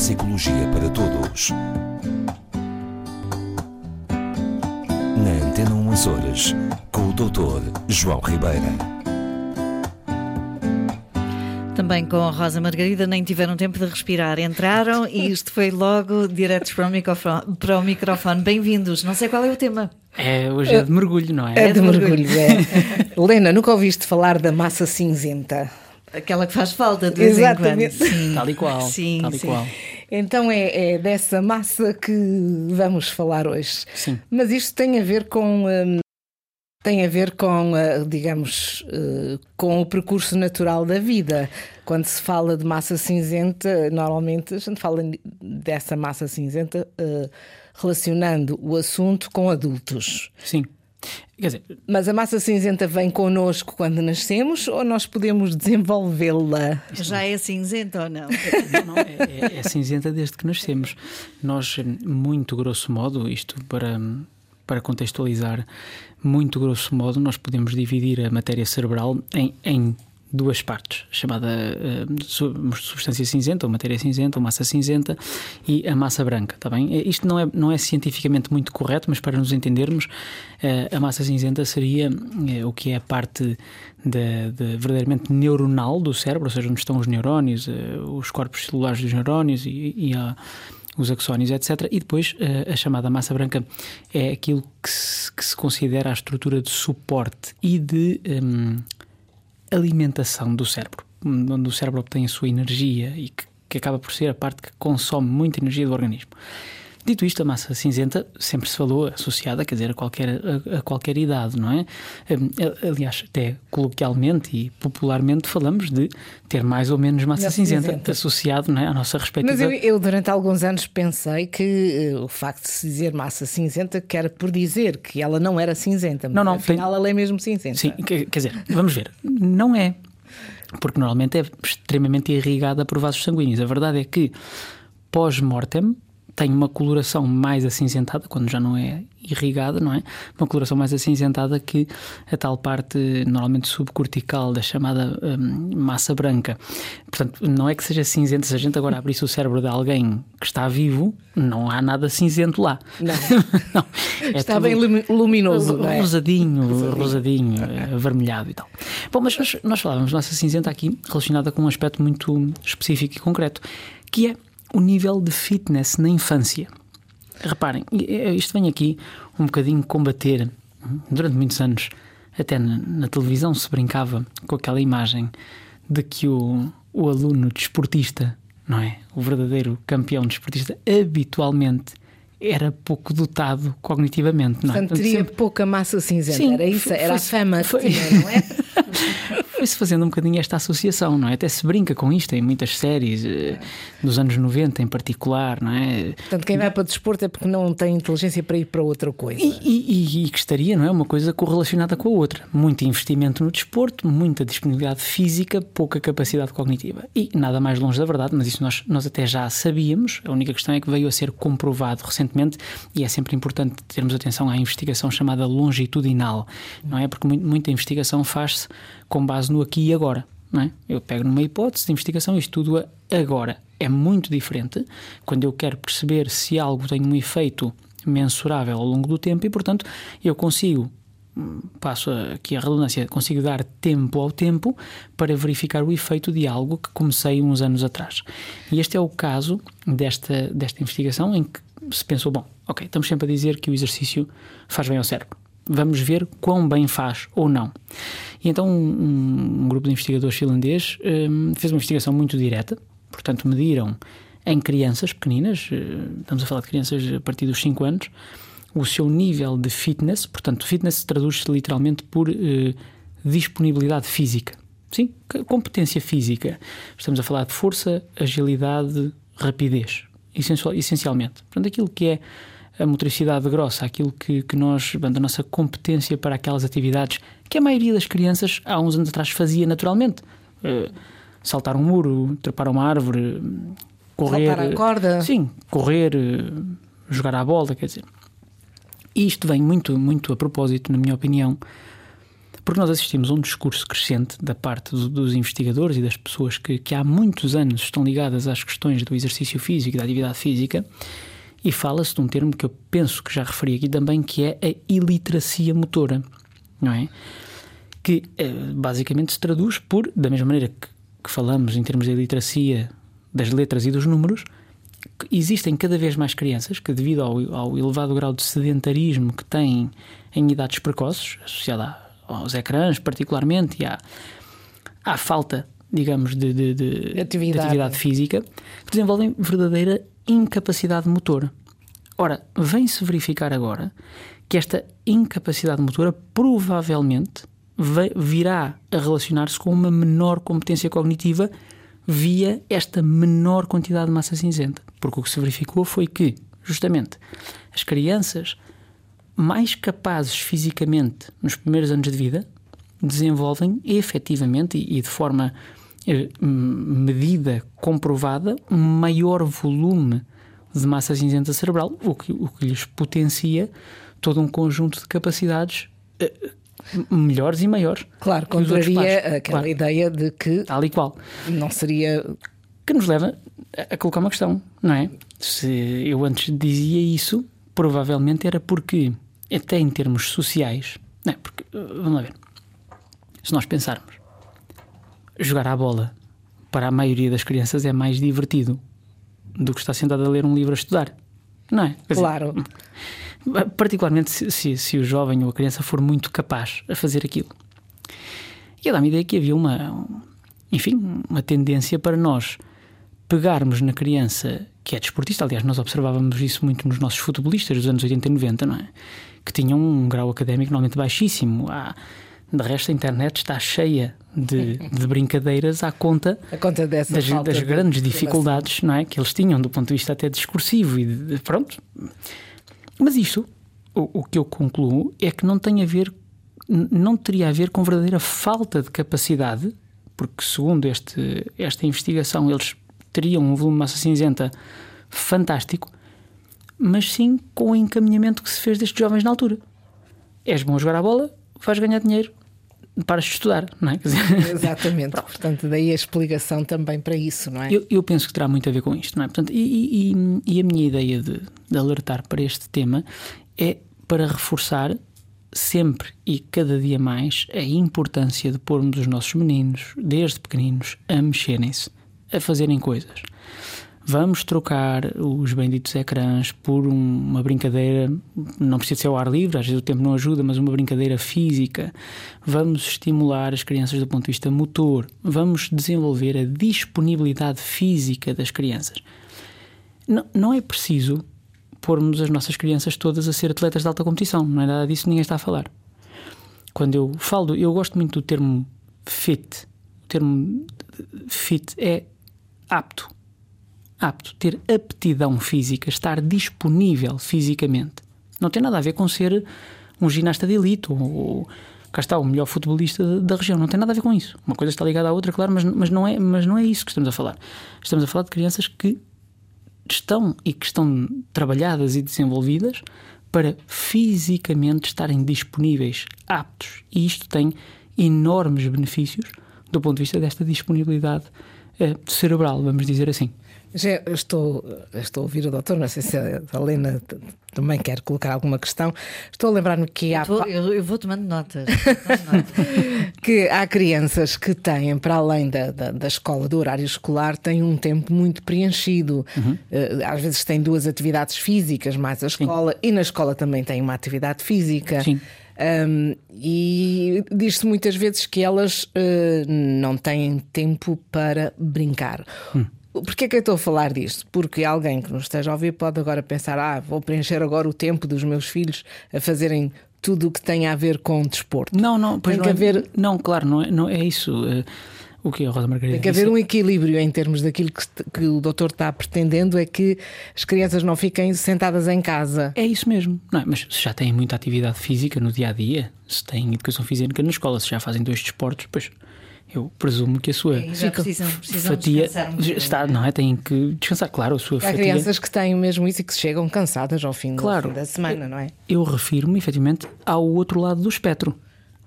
Psicologia para Todos. Na Antena 1 Açores, com o Dr. João Ribeira. Também com a Rosa Margarida, nem tiveram tempo de respirar. Entraram e isto foi logo diretos para o microfone. Bem-vindos. Não sei qual é o tema. Hoje é de mergulho, não é? É de mergulho, é. Helena, nunca ouviste falar da massa cinzenta? Aquela que faz falta de vez em quando. Sim. Tal e qual. Sim, tal e sim. qual. Então é dessa massa que vamos falar hoje. Sim. Mas isto tem a ver com... digamos, com o percurso natural da vida. Quando se fala de massa cinzenta, normalmente a gente fala dessa massa cinzenta relacionando o assunto com adultos. Sim. Quer dizer, mas a massa cinzenta vem connosco quando nascemos ou nós podemos desenvolvê-la? Já é cinzenta ou não? Não, é cinzenta desde que nascemos. Nós, muito grosso modo, isto para contextualizar, muito grosso modo, nós podemos dividir a matéria cerebral em duas partes, chamada substância cinzenta, ou matéria cinzenta, ou massa cinzenta, e a massa branca, está bem? Isto não é cientificamente muito correto, mas para nos entendermos, a massa cinzenta seria o que é a parte verdadeiramente neuronal do cérebro, ou seja, onde estão os neurónios, os corpos celulares dos neurónios e os axónios, etc. E depois a chamada massa branca é aquilo que se considera a estrutura de suporte e de alimentação do cérebro, onde o cérebro obtém a sua energia e que acaba por ser a parte que consome muita energia do organismo. Dito isto, a massa cinzenta sempre se falou associada, quer dizer, a qualquer idade, não é? Aliás, até coloquialmente e popularmente falamos de ter mais ou menos massa cinzenta associado, não é, à nossa respectiva... Mas eu durante alguns anos pensei que o facto de se dizer massa cinzenta que era por dizer que ela não era cinzenta, mas não, afinal ela é mesmo cinzenta. Sim, quer dizer, vamos ver, não é, porque normalmente é extremamente irrigada por vasos sanguíneos. A verdade é que pós-mortem tem uma coloração mais acinzentada, quando já não é irrigada, não é? Uma coloração mais acinzentada que a tal parte normalmente subcortical da chamada massa branca. Portanto, não é que seja cinzenta. Se a gente agora abrisse o cérebro de alguém que está vivo, não há nada cinzento lá. Não. Não. Está bem luminoso, não é? Rosadinho, avermelhado e tal. Bom, mas nós falávamos de massa cinzenta aqui relacionada com um aspecto muito específico e concreto, que é o nível de fitness na infância. Reparem, isto vem aqui um bocadinho combater. Durante muitos anos, até na televisão se brincava com aquela imagem de que o aluno desportista, não é? O verdadeiro campeão desportista, habitualmente era pouco dotado cognitivamente, não é? Portanto, teria pouca massa cinzenta. Sim, era isso? Era a fama que tinha, não é? Foi-se fazendo um bocadinho esta associação, não é? Até se brinca com isto em muitas séries, dos anos 90 em particular, não é? Portanto, quem vai para o desporto é porque não tem inteligência para ir para outra coisa. E que estaria, não é? Uma coisa correlacionada com a outra. Muito investimento no desporto, muita disponibilidade física, pouca capacidade cognitiva. E nada mais longe da verdade, mas isso nós até já sabíamos. A única questão é que veio a ser comprovado recentemente, e é sempre importante termos atenção à investigação chamada longitudinal, não é? Porque muita investigação faz-se com base no aqui e agora, não é? Eu pego numa hipótese de investigação e estudo agora. É muito diferente quando eu quero perceber se algo tem um efeito mensurável ao longo do tempo e, portanto, eu consigo, passo aqui a redundância, consigo dar tempo ao tempo para verificar o efeito de algo que comecei uns anos atrás. E este é o caso desta investigação em que se pensou, bom, ok, estamos sempre a dizer que o exercício faz bem ao cérebro. Vamos ver quão bem faz ou não. E então um grupo de investigadores finlandês fez uma investigação muito direta. Portanto, mediram em crianças pequeninas, estamos a falar de crianças a partir dos 5 anos, o seu nível de fitness. Portanto, fitness traduz-se literalmente por disponibilidade física. Sim, competência física. Estamos a falar de força, agilidade, rapidez, essencialmente. Portanto, aquilo que é a motricidade grossa, aquilo que nós, a nossa competência para aquelas atividades que a maioria das crianças há uns anos atrás fazia naturalmente. Saltar um muro, trepar uma árvore, correr... Saltar a corda. Sim, correr, jogar à bola, quer dizer. E isto vem muito, muito a propósito, na minha opinião, Porque nós assistimos a um discurso crescente da parte dos investigadores e das pessoas que há muitos anos estão ligadas às questões do exercício físico e da atividade física, e fala-se de um termo que eu penso que já referi aqui também, que é a iliteracia motora, não é? Que basicamente se traduz por, da mesma maneira que falamos em termos de iliteracia das letras e dos números, que existem cada vez mais crianças que, devido ao elevado grau de sedentarismo que têm em idades precoces, associada aos ecrãs particularmente, e à falta, digamos, de atividade física, que desenvolvem verdadeira incapacidade motora. Ora, vem-se verificar agora que esta incapacidade motora provavelmente virá a relacionar-se com uma menor competência cognitiva via esta menor quantidade de massa cinzenta. Porque o que se verificou foi que, justamente, as crianças mais capazes fisicamente nos primeiros anos de vida desenvolvem efetivamente e de forma medida, comprovada, um maior volume de massa cinzenta cerebral, o que lhes potencia todo um conjunto de capacidades melhores e maiores. Claro, contraria aquela ideia de que tal e qual não seria... Que nos leva a colocar uma questão, não é? Se eu antes dizia isso, provavelmente era porque, até em termos sociais, não é? Porque, vamos lá ver, se nós pensarmos, jogar à bola para a maioria das crianças é mais divertido do que estar sentado a ler um livro a estudar, não é? Quer claro. Dizer, particularmente se o jovem ou a criança for muito capaz a fazer aquilo. E eu dá-me a ideia que havia uma tendência para nós pegarmos na criança que é desportista. Aliás, nós observávamos isso muito nos nossos futebolistas dos anos 80 e 90, não é? Que tinham um grau académico normalmente baixíssimo. De resto, a internet está cheia de brincadeiras à conta das grandes dificuldades, não é? Que eles tinham do ponto de vista até discursivo e pronto. Mas isto, o que eu concluo é que não teria a ver com verdadeira falta de capacidade, porque segundo esta investigação eles teriam um volume de massa cinzenta fantástico, mas sim com o encaminhamento que se fez destes jovens na altura. És bom a jogar a bola, vais ganhar dinheiro, paras de estudar, não é? Exatamente. Portanto, daí a explicação também para isso, não é? Eu penso que terá muito a ver com isto, não é? Portanto, e a minha ideia de alertar para este tema é para reforçar sempre e cada dia mais a importância de pormos os nossos meninos, desde pequeninos, a mexerem-se, a fazerem coisas. Vamos trocar os benditos ecrãs por uma brincadeira, não precisa ser ao ar livre, às vezes o tempo não ajuda, mas uma brincadeira física. Vamos estimular as crianças do ponto de vista motor. Vamos desenvolver a disponibilidade física das crianças. Não é preciso pormos as nossas crianças todas a ser atletas de alta competição. Não é nada disso, ninguém está a falar. Quando eu falo, eu gosto muito do termo fit. O termo fit é apto, ter aptidão física, estar disponível fisicamente. Não tem nada a ver com ser um ginasta de elite ou cá está, o melhor futebolista da região. Não tem nada a ver com isso. Uma coisa está ligada à outra, claro, mas não é isso que estamos a falar. Estamos a falar de crianças que estão trabalhadas e desenvolvidas para fisicamente estarem disponíveis, aptos. E isto tem enormes benefícios do ponto de vista desta disponibilidade cerebral, vamos dizer assim. Já estou a ouvir o doutor, não sei se a Helena também quer colocar alguma questão. Estou a lembrar-me que há... Eu vou tomando notas. Que há crianças que têm, para além da escola, do horário escolar, têm um tempo muito preenchido. Uhum. Às vezes têm 2 atividades físicas, mais a escola. Sim. E na escola também têm uma atividade física. Sim. E diz-se muitas vezes que elas não têm tempo para brincar. Porquê é que eu estou a falar disto? Porque alguém que nos esteja a ouvir pode agora pensar: vou preencher agora o tempo dos meus filhos a fazerem tudo o que tem a ver com desporto. Não, pois tem que haver... Não, claro, não é isso. O que a Rosa Margarida tem que haver um equilíbrio em termos daquilo que o doutor está pretendendo, é que as crianças não fiquem sentadas em casa. É isso mesmo. Não é? Mas se já têm muita atividade física no dia-a-dia, se têm educação física na escola, se já fazem 2 desportos, pois eu presumo que a sua fatia está, não é? Têm que descansar, claro, a sua fatia. Há crianças que têm mesmo isso e que chegam cansadas ao fim da semana, não é? Eu refiro-me efetivamente ao outro lado do espectro,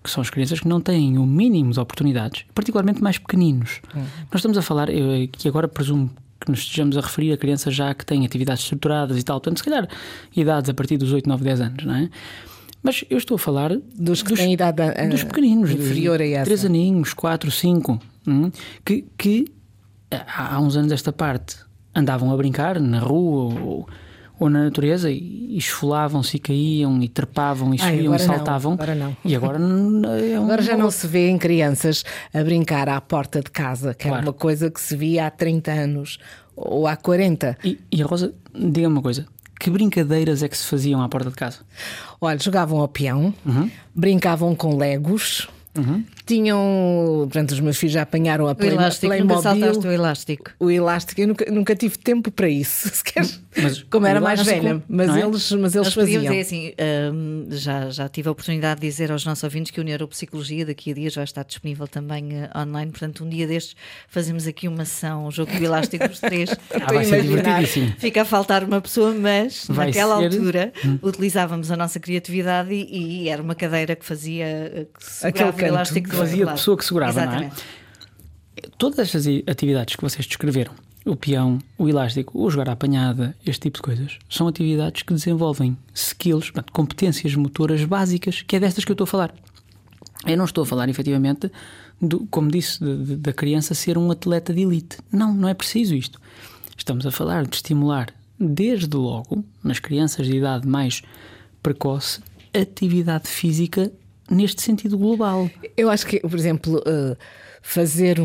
que são as crianças que não têm o mínimo de oportunidades, particularmente mais pequeninos. Nós estamos a falar, que agora presumo que nos estejamos a referir a crianças já que têm atividades estruturadas e tal, portanto, se calhar, idades a partir dos 8, 9, 10 anos, não é? Mas eu estou a falar dos que têm idade dos pequeninos, inferior a essa. 3 aninhos, 4, 5, que há uns anos esta parte andavam a brincar na rua ou na natureza e esfolavam-se e caíam e trepavam e subiam e saltavam. Agora não. E agora agora já não se vê em crianças a brincar à porta de casa, que era uma coisa que se via há 30 anos ou há 40. E a Rosa, diga-me uma coisa. Que brincadeiras é que se faziam à porta de casa? Olha, jogavam ao peão, brincavam com legos, tinham... Portanto, os meus filhos já apanharam a Playmobil. Nunca saltaste o elástico? O elástico, eu nunca tive tempo para isso, sequer, como era mais velha. Mas eles faziam. Dizer assim, já tive a oportunidade de dizer aos nossos ouvintes que o Neuropsicologia daqui a dias vai estar disponível também online. Portanto, um dia destes fazemos aqui uma sessão, o jogo do elástico dos 3. Vai ser divertidíssimo. Fica a faltar uma pessoa, mas naquela altura utilizávamos a nossa criatividade e era uma cadeira que fazia aquele elástico do fazia a pessoa que segurava. Exatamente. Não é? Todas estas atividades que vocês descreveram, o peão, o elástico, o jogar à apanhada, este tipo de coisas, são atividades que desenvolvem skills, portanto, competências motoras básicas, que é destas que eu estou a falar. Eu não estou a falar, efetivamente, como disse, da criança ser um atleta de elite. Não é preciso isto. Estamos a falar de estimular, desde logo, nas crianças de idade mais precoce, atividade física neste sentido global. Eu acho que, por exemplo, fazer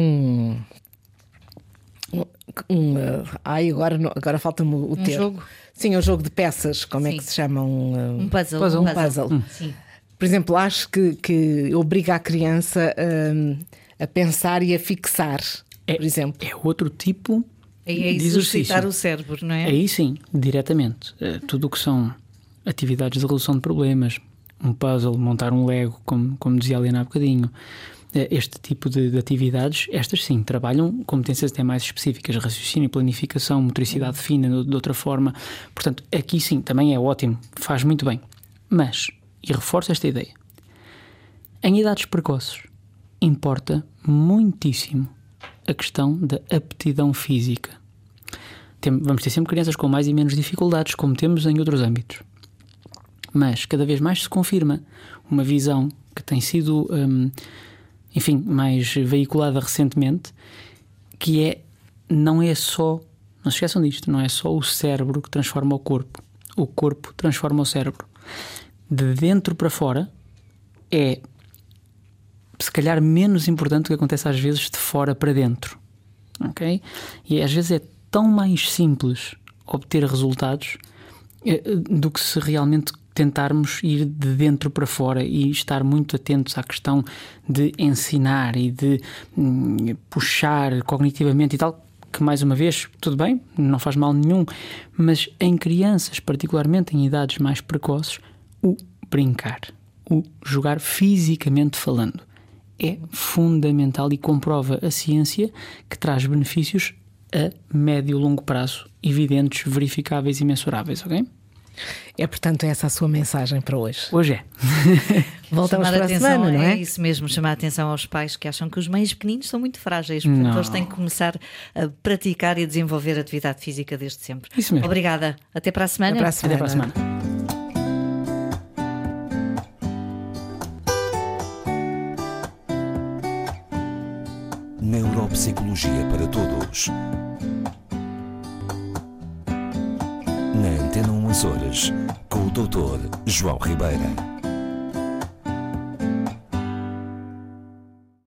agora falta-me o termo. Jogo? Sim, um jogo de peças, como é que se chama? Um puzzle. Sim. Por exemplo, acho que obriga a criança a pensar e a fixar, por exemplo. É outro tipo de exercício. O cérebro, não é? Aí sim, diretamente. Tudo o que são atividades de resolução de problemas, um puzzle, montar um Lego, como dizia a Helena há bocadinho, este tipo de atividades, estas sim, trabalham competências até mais específicas, raciocínio, planificação, motricidade fina, de outra forma. Portanto, aqui sim, também é ótimo, faz muito bem. Mas, e reforço esta ideia, em idades precoces, importa muitíssimo a questão da aptidão física. Vamos ter sempre crianças com mais e menos dificuldades, como temos em outros âmbitos. Mas cada vez mais se confirma uma visão que tem sido, mais veiculada recentemente, que não se esqueçam disto, não é só o cérebro que transforma o corpo transforma o cérebro. De dentro para fora é, se calhar, menos importante do que acontece às vezes de fora para dentro, ok? E às vezes é tão mais simples obter resultados do que se realmente tentarmos ir de dentro para fora e estar muito atentos à questão de ensinar e de puxar cognitivamente e tal, que mais uma vez, tudo bem, não faz mal nenhum, mas em crianças, particularmente em idades mais precoces, o brincar, o jogar fisicamente falando, é fundamental e comprova a ciência que traz benefícios a médio e longo prazo, evidentes, verificáveis e mensuráveis, ok? É, portanto, essa a sua mensagem para hoje. Hoje é. Voltamos para a semana, não é? É isso mesmo, chamar a atenção aos pais que acham que os mais pequeninos são muito frágeis, portanto eles têm que começar a praticar e a desenvolver atividade física desde sempre. Isso mesmo. Obrigada. Até para a semana. Até para a semana. Neuropsicologia para todos. Na Antena 1 Açores, com o Dr. João Ribeira.